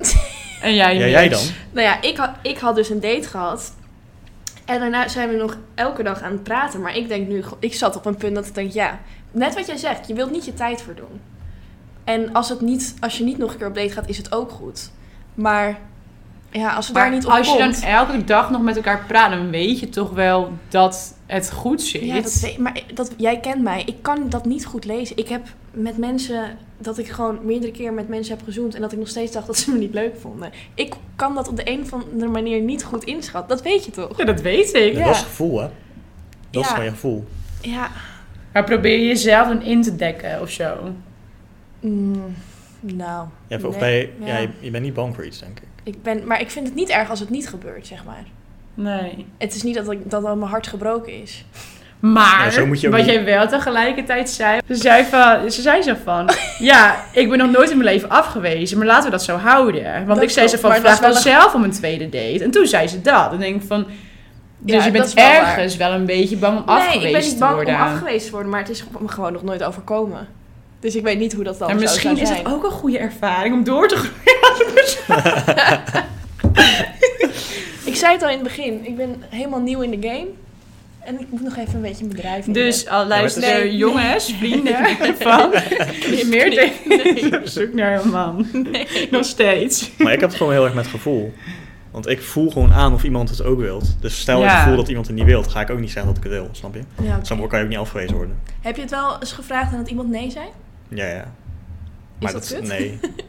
En jij, Ja, jij dan? Nou ja, ik had dus een date gehad. En daarna zijn we nog elke dag aan het praten. Maar ik denk nu, ik zat op een punt dat ik denk, ja, net wat jij zegt, je wilt niet je tijd verdoen. En als je niet nog een keer op date gaat, is het ook goed. Maar ja, als het daar niet op als je komt... dan elke dag nog met elkaar praat, dan weet je toch wel dat het goed zit. Ja, jij kent mij. Ik kan dat niet goed lezen. Ik heb met mensen dat ik gewoon meerdere keer met mensen heb gezoend en dat ik nog steeds dacht dat ze me niet leuk vonden. Ik kan dat op de een of andere manier niet goed inschatten. Dat weet je toch? Ja, dat weet ik. Ja, Ja. dat is gevoel, hè. Dat is Ja. van je gevoel. Ja. Maar probeer je jezelf dan in te dekken of zo. Nou. Ja, of nee, je bent niet bang voor iets, denk ik. Maar ik vind het niet erg als het niet gebeurt, zeg maar. Nee. Het is niet dat mijn hart gebroken is. Maar, Ja, zo moet je ook wat niet- jij wel tegelijkertijd zei... Ze zei zo van... ja, ik ben nog nooit in mijn leven afgewezen, maar laten we dat zo houden. Want Dat ik zei zo klopt, van, maar dat vraag is dan wel zelf om een tweede date. En toen zei ze dat. Dan denk ik van... Dus Ja, je dat bent is wel waar. ergens wel een beetje bang om Nee, afgewezen ik ben niet te bang worden. om afgewezen te worden, maar het is me gewoon nog nooit overkomen. Dus ik weet niet hoe dat dan En zou misschien is zijn. het ook een goede ervaring om door te groeien. Ik zei het al in het begin, ik ben helemaal nieuw in de game. En ik moet nog even een beetje een bedrijf vinden. Dus al luisteren Nee. jongens, vrienden van... meer zoek naar een man. Nog steeds. Maar ik heb het gewoon heel erg met gevoel. Want ik voel gewoon aan of iemand het ook wilt. Dus stel Ja. ik voel dat iemand het niet wil, dan ga ik ook niet zeggen dat ik het wil, snap je? Ja, oké. Dan kan je ook niet afgewezen worden. Heb je het wel eens gevraagd en dat iemand nee zei? Ja, ja. Is dat kut? Nee.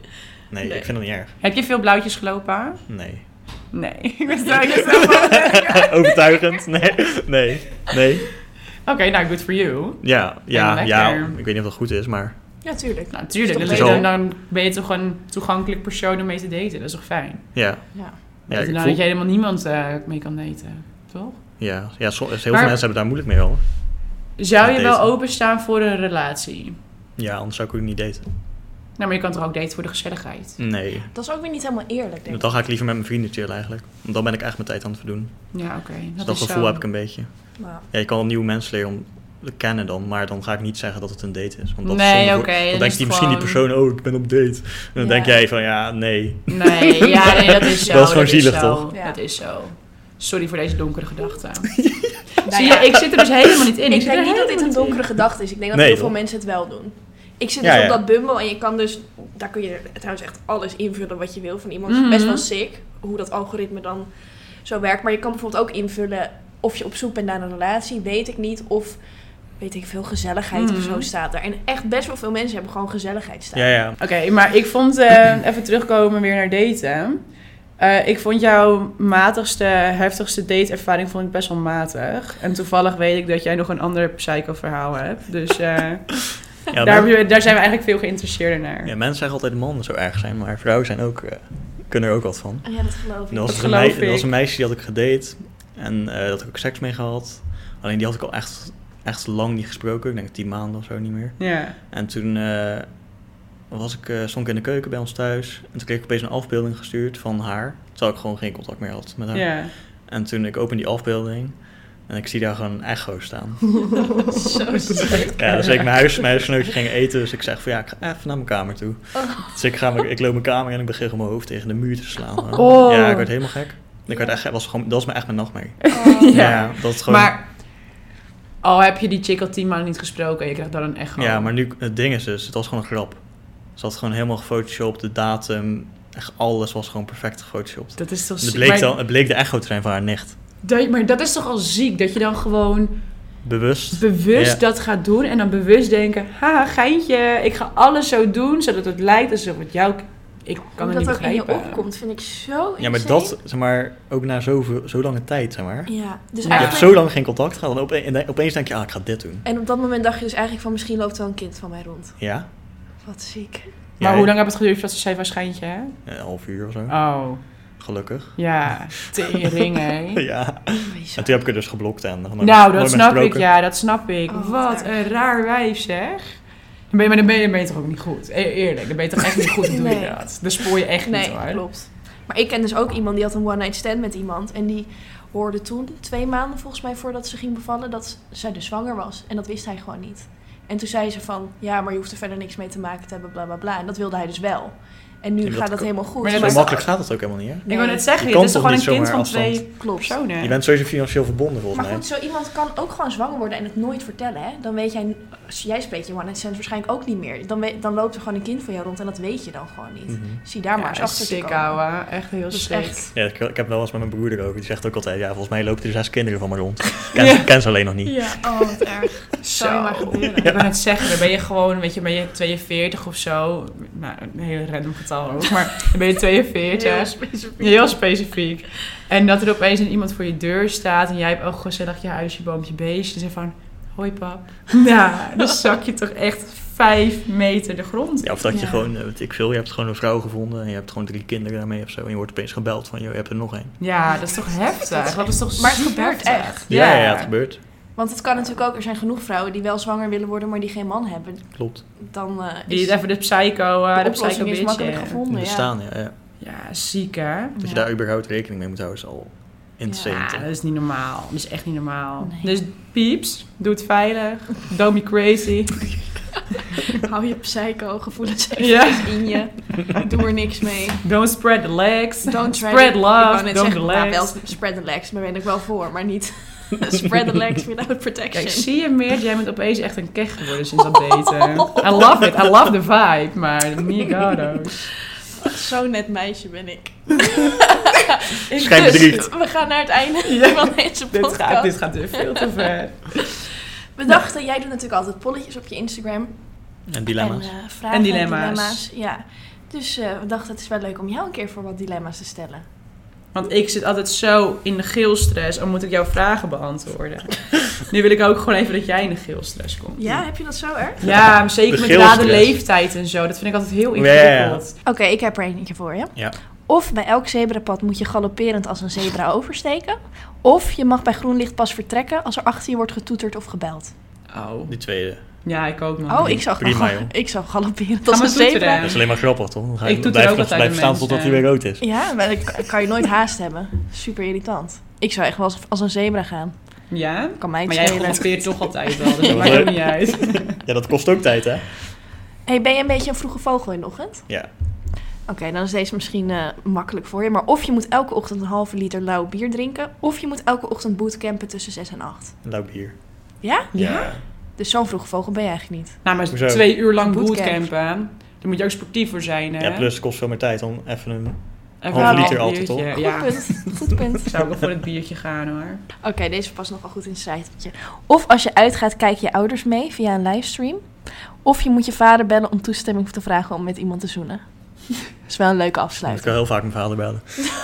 Nee, Nee. ik vind dat niet erg. Heb je veel blauwtjes gelopen? Nee. Nee. Ik wist dat ik het Overtuigend? Nee. Oké, nou, good for you. Ja, lekker. ik weet niet of dat goed is, maar... Ja, tuurlijk. Nou, tuurlijk. Is Dan, toch beter? dan ben je toch een toegankelijk persoon om mee te daten. Dat is toch fijn? Ja, Ja. ja, ik nou, voel... dat je helemaal niemand mee kan daten. Toch? Ja, heel veel Maar- mensen hebben daar moeilijk mee hoor. Zou je Met wel daten. openstaan voor een relatie? Ja, anders zou ik ook niet daten. Nou, maar je kan toch ook daten voor de gezelligheid? Nee, Dat is ook weer niet helemaal eerlijk, denk ik. dan ga ik liever met mijn vrienden chillen eigenlijk. Want dan ben ik echt mijn tijd aan het verdoen. Ja, oké. Dus dat gevoel heb ik een beetje. Nou, Ja, je kan nieuwe mensen leren om te kennen dan, maar dan ga ik niet zeggen dat het een date is. Want dat Nee, is zonde oké, voor- dan Dan is denkt die het misschien die gewoon- persoon, oh, ik ben op date. En dan Ja. denk jij van, ja, nee. Nee, dat is zo. Dat is gewoon zielig, zo. toch? Ja. Dat is zo. Sorry voor deze donkere gedachten. nou Zie ja, je, ik zit er dus helemaal niet in. ik zit er denk niet dat dit helemaal een niet in. donkere gedachte is. Ik denk dat Nee, heel veel toch? mensen het wel doen. Ik zit Ja, dus ja. op dat Bumble en je kan dus... Daar kun je trouwens echt alles invullen wat je wil van iemand. Mhm. Best wel sick, hoe dat algoritme dan zo werkt. Maar je kan bijvoorbeeld ook invullen of je op zoek bent naar een relatie. Weet ik niet. Of weet ik veel, gezelligheid of Mhm. zo staat er. En echt best wel veel mensen hebben gewoon gezelligheid staan. Ja. Oké, maar ik vond, even terugkomen weer naar daten. Ik vond jouw matigste, heftigste dateervaring vond ik best wel matig. En toevallig weet ik dat jij nog een ander psycho-verhaal hebt. Dus Ja, daar zijn we eigenlijk veel geïnteresseerder naar. ja, mensen zeggen altijd dat mannen zo erg zijn, maar vrouwen zijn ook, kunnen er ook wat van. Ja, dat geloof ik. Er was, Dat een geloof er was ik. een meisje die had ik gedate en daar had ik ook seks mee gehad. Alleen die had ik al echt lang niet gesproken. Ik denk 10 maanden of zo niet meer. Ja. En toen stond ik in de keuken bij ons thuis. En toen kreeg ik opeens een afbeelding gestuurd van haar. Terwijl ik gewoon geen contact meer had met haar. Ja. En toen ik open die afbeelding en ik zie daar gewoon een echo staan. Zo sick. Ja, dus ik mijn huisgenootje ging eten. Dus ik zeg van ja, ik ga even naar mijn kamer toe. Dus ik loop mijn kamer in en ik begin gewoon mijn hoofd tegen de muur te slaan. Oh. Ja, ik werd helemaal gek. Ik werd echt, dat was echt mijn nachtmerrie. Oh. Ja. Dat is gewoon... Maar al heb je die chick al 10 maanden niet gesproken en je krijgt dan een echo. Ja, maar nu, het ding is dus, het was gewoon een grap. Ze had gewoon helemaal gefotoshopt, de datum, echt alles was gewoon perfect gefotoshopt. Dat is toch En het ziek. het bleek de echo te zijn van haar nicht. Maar dat is toch al ziek, dat je dan gewoon Bewust. bewust Ja. dat gaat doen en dan bewust denken, haha, geintje, ik ga alles zo doen zodat het lijkt alsof het jou... Ik kan Hoe het dat niet ook in je begrijpen. opkomt, vind ik zo Ja, maar insane. dat, zeg maar, ook na zo lange tijd, zeg maar. Ja, dus Ja. Je hebt eigenlijk... zo lang geen contact gehad en opeens denk je, ik ga dit doen. En op dat moment dacht je dus eigenlijk van misschien loopt er wel een kind van mij rond. Ja? Wat ziek. Maar Ja, hoe lang heb het geduurd dat ze zei van schijntje, hè? Een half uur of zo. Oh, Gelukkig. ja, tering, hè? Ja. Wees En toen heb ik er dus geblokt en nog nooit Nou, meer dat snap ik, gesproken. ja, dat snap ik. Oh, Wat wat een raar wijf, zeg. Dan ben je toch ook niet goed? Eerlijk, dan ben je toch echt niet goed, dan doe je Nee. dat. Dan spoor je echt Nee, niet, hoor. klopt. Maar ik ken dus ook iemand die had een one-night stand met iemand. En die hoorde toen, 2 maanden volgens mij voordat ze ging bevallen, dat zij dus zwanger was. En dat wist hij gewoon niet. En toen zei ze van, ja, maar je hoeft er verder niks mee te maken te hebben, bla bla bla. En dat wilde hij dus wel. En nu Ja, dat gaat dat kan- helemaal goed. Maar Zo dat is- makkelijk gaat het ook helemaal niet, hè? Ik wil net zeggen, Je het kan is toch toch gewoon een niet kind van zomaar 2 Klopt. personen? Je bent sowieso financieel verbonden, volgens Maar mij. goed, zo iemand kan ook gewoon zwanger worden en het nooit vertellen, hè? Dan weet jij, als jij spreekt je one-night stand waarschijnlijk ook niet meer. Dan loopt er gewoon een kind van jou rond en dat weet je dan gewoon niet. Mhm. Zie daar maar eens achter te sick, komen. ouwe. Echt heel Dat is sick. echt... Ja, ik heb wel eens met mijn broer erover. Die zegt ook altijd, ja, volgens mij lopen er 6 kinderen van me rond. Ken ze alleen nog niet. Ja, oh, wat erg. Zou je maar gebeuren. Ik wil net zeggen, dan ben je gewoon, weet je, ben je 42 of zo. Nou, een heel random getal ook, maar dan ben je 42. Heel specifiek. Heel specifiek. En dat er opeens iemand voor je deur staat en jij hebt ook gezellig je huisje, boompje, beestje. En zeg van, hoi pap. Nou, dan zak je toch echt 5 meter de grond. Ja, of dat je Ja. gewoon, weet ik veel, je hebt gewoon een vrouw gevonden en je hebt gewoon 3 kinderen daarmee of zo. En je wordt opeens gebeld van, joh, je hebt er nog één. Ja, dat is toch heftig? Dat is toch Maar het super gebeurt heftig? echt. Ja, het gebeurt. Want het kan natuurlijk ook, er zijn genoeg vrouwen die wel zwanger willen worden, maar die geen man hebben. Klopt. Dan Die is even de psycho, de de psycho oplossing is bitch. makkelijk ja. gevonden. Ja. Bestaan, ja. Ja, ziek hè? Dat je Ja. daar überhaupt rekening mee moet houden is al insane. Ja, toch? dat is niet normaal. Dat is echt niet normaal. Nee. Dus pieps, doe het veilig. Don't be crazy. Hou je psycho-gevoelens even Ja. in je. Doe er niks mee. Don't spread the legs. Don't try Spread to- love, Ik wou net don't zeggen, the nou, legs. wel spread the legs, daar ben ik wel voor, maar niet spread the legs without protection. Kijk, zie je meer? Jij bent opeens echt een kech geworden sinds dat daten. I love it. I love the vibe. Maar Nigado's. Zo'n net meisje ben ik. Schijn Dus, bedriegt. we gaan naar het einde van deze podcast. Dit gaat weer veel te ver. We dachten, jij doet natuurlijk altijd polletjes op je Instagram. En dilemma's. En vragen En dilemma's. Ja. Dus we dachten, het is wel leuk om jou een keer voor wat dilemma's te stellen. Want ik zit altijd zo in de geelstress. Dan moet ik jouw vragen beantwoorden. Nu wil ik ook gewoon even dat jij in de geelstress komt. Ja, heb je dat zo erg? Ja, maar zeker De met raden geelstress. leeftijd en zo. Dat vind ik altijd heel Ja, ja, ja. ingewikkeld. Oké, ik heb er eentje voor je. Ja. Of bij elk zebrapad moet je galopperend als een zebra oversteken. Of je mag bij groen licht pas vertrekken als er achter je wordt getoeterd of gebeld. Oh. Die tweede. Ja, ik ook, man. Oh, ik zou Prima, joh. galopperend Ga als maar een zebra. toeteren. Dat is alleen maar grappig, toch? Dan ga Ik je toeter ook altijd blijven de staan mensen. totdat hij weer rood is. Ja, maar dan kan je nooit haast hebben. Super irritant. Ik zou echt wel als een zebra gaan. Ja? Kan mij het Maar jij schelen. galoppeert toch altijd wel, dus dat Ja, maakt wat ook leuk. niet uit. Ja, dat kost ook tijd, hè? Hey, ben je een beetje een vroege vogel in de ochtend? Ja. Oké, dan is deze misschien makkelijk voor je. Maar of je moet elke ochtend een halve liter lauw bier drinken. Of je moet elke ochtend bootcampen tussen 6 en 8. Lauw bier. Ja? Ja? Dus zo'n vroege vogel ben je eigenlijk niet. Nou, maar Hoezo? 2 uur lang Bootcamp. bootcampen, daar moet je ook sportief voor zijn, hè? Ja, plus het kost veel meer tijd dan even een... Even halve een liter altijd, biertje. toch? Goed Ja, punt. Goed punt. ik zou ook wel voor het biertje gaan, hoor. Oké, deze past nog wel goed in het strijdje. Of als je uitgaat, kijk je ouders mee via een livestream. Of je moet je vader bellen om toestemming te vragen om met iemand te zoenen. Dat is wel een leuke Ik afsluiting. kan heel vaak mijn vader bellen.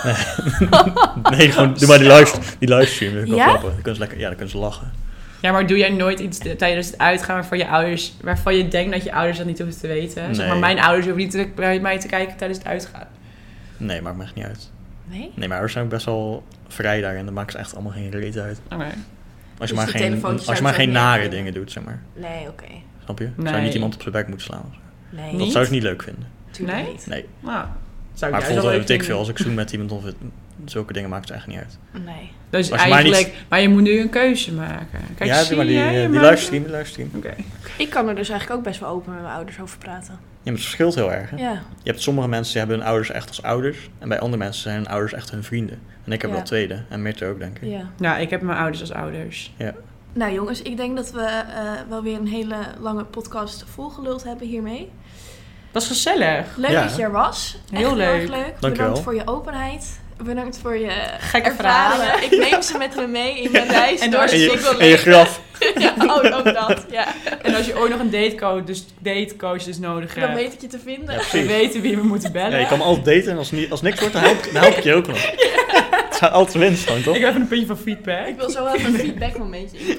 Nee, gewoon doe maar die livestream. Dat is wel Ja? grappig. Dan kunnen ze lekker, ja, dan kunnen ze lachen. Ja, maar doe jij nooit iets tijdens het uitgaan waarvan je denkt dat je ouders dat niet hoeven te weten? Zeg maar, Nee. mijn ouders hoeven niet bij mij te kijken tijdens het uitgaan. Nee, maakt me echt niet uit. Nee? Nee, mijn ouders zijn ook best wel vrij daar en dan maakt ze echt allemaal geen reet uit. Oké. Als je Dus maar die geen, telefoontjes als je zouden maar ze geen ook niet nare herkennen. dingen doet, zeg maar. Nee, oké. Snap je? Nee. Zou je niet iemand op zijn bek moeten slaan? Of zo. Nee, Niet? Dat zou ze niet leuk vinden. tuurlijk Nee? niet. Nee. Nou, zou ik Maar juist wel bijvoorbeeld, leuk weet ik veel, vinden. als ik zoen met iemand of zulke dingen maakt het echt niet uit. Nee. Dus als je maar eigenlijk, maar je moet nu een keuze maken. Kijk, ja, zie maar jij je die maar- livestream. Oké. Ik kan er dus eigenlijk ook best wel open met mijn ouders over praten. Ja, maar het verschilt heel erg. Hè? Ja. Je hebt sommige mensen die hebben hun ouders echt als ouders. En bij andere mensen zijn hun ouders echt hun vrienden. En ik heb Ja. wel tweede. En Mirte ook, denk ik. Ja. Nou, ik heb mijn ouders als ouders. Nou jongens, ik denk dat we wel weer een hele lange podcast volgeluld hebben hiermee. Dat is gezellig. Leuk Ja. dat je er was. Heel Echt leuk. erg leuk. Dankjewel. Bedankt voor je openheid. Bedankt voor je Gekke ervaringen. verhalen. Ik neem ze met me mee in mijn reis. En door als En je- het je, en je graf. Ja, ook dat. Ja. En als je ooit nog een datecoach dus nodig Dan hebt, weet ik je te vinden. Ja, we precies. weten wie we moeten bellen. Ja, je kan me altijd daten en als niks wordt, dan help ik je ook nog. Het is altijd winst gewoon, toch? Ik heb even een puntje van feedback. Ik wil zo wel even een feedbackmomentje in.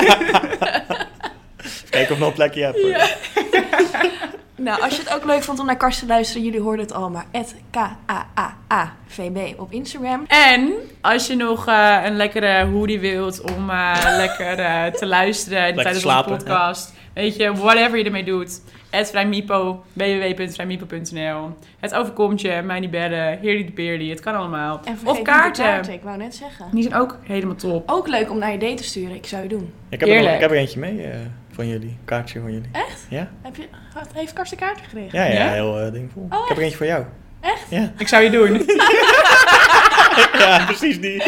Kijken of je nog een plekje hebt. Ja. Nou, als je het ook leuk vond om naar Karsten te luisteren, jullie hoorden het al, maar @KAAAVB op Instagram. En als je nog een lekkere hoodie wilt om lekker te luisteren tijdens slapen, onze podcast. Weet je, whatever je ermee doet. @vrijmipo, www.vrijmipo.nl. Het overkomt je, mij niet bellen, heerly de beerly, het kan allemaal. En vergeet Of niet de kaarten. ik wou net zeggen. Die zijn ook helemaal top. Ook leuk om naar je date te sturen, ik zou je doen. Ik heb, Heerlijk. ik heb er eentje mee van jullie. Een kaartje van jullie. Echt? Ja? Heeft Karsten kaarten gekregen? Ja, Ja? heel ding vol. Oh, ik heb er eentje voor jou. Echt? Ja, Ik zou je doen. ja precies die.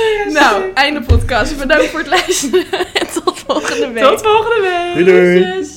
Nou, einde podcast. Bedankt voor het luisteren. En tot volgende week. Tot volgende week. Doei doei. Groetjes.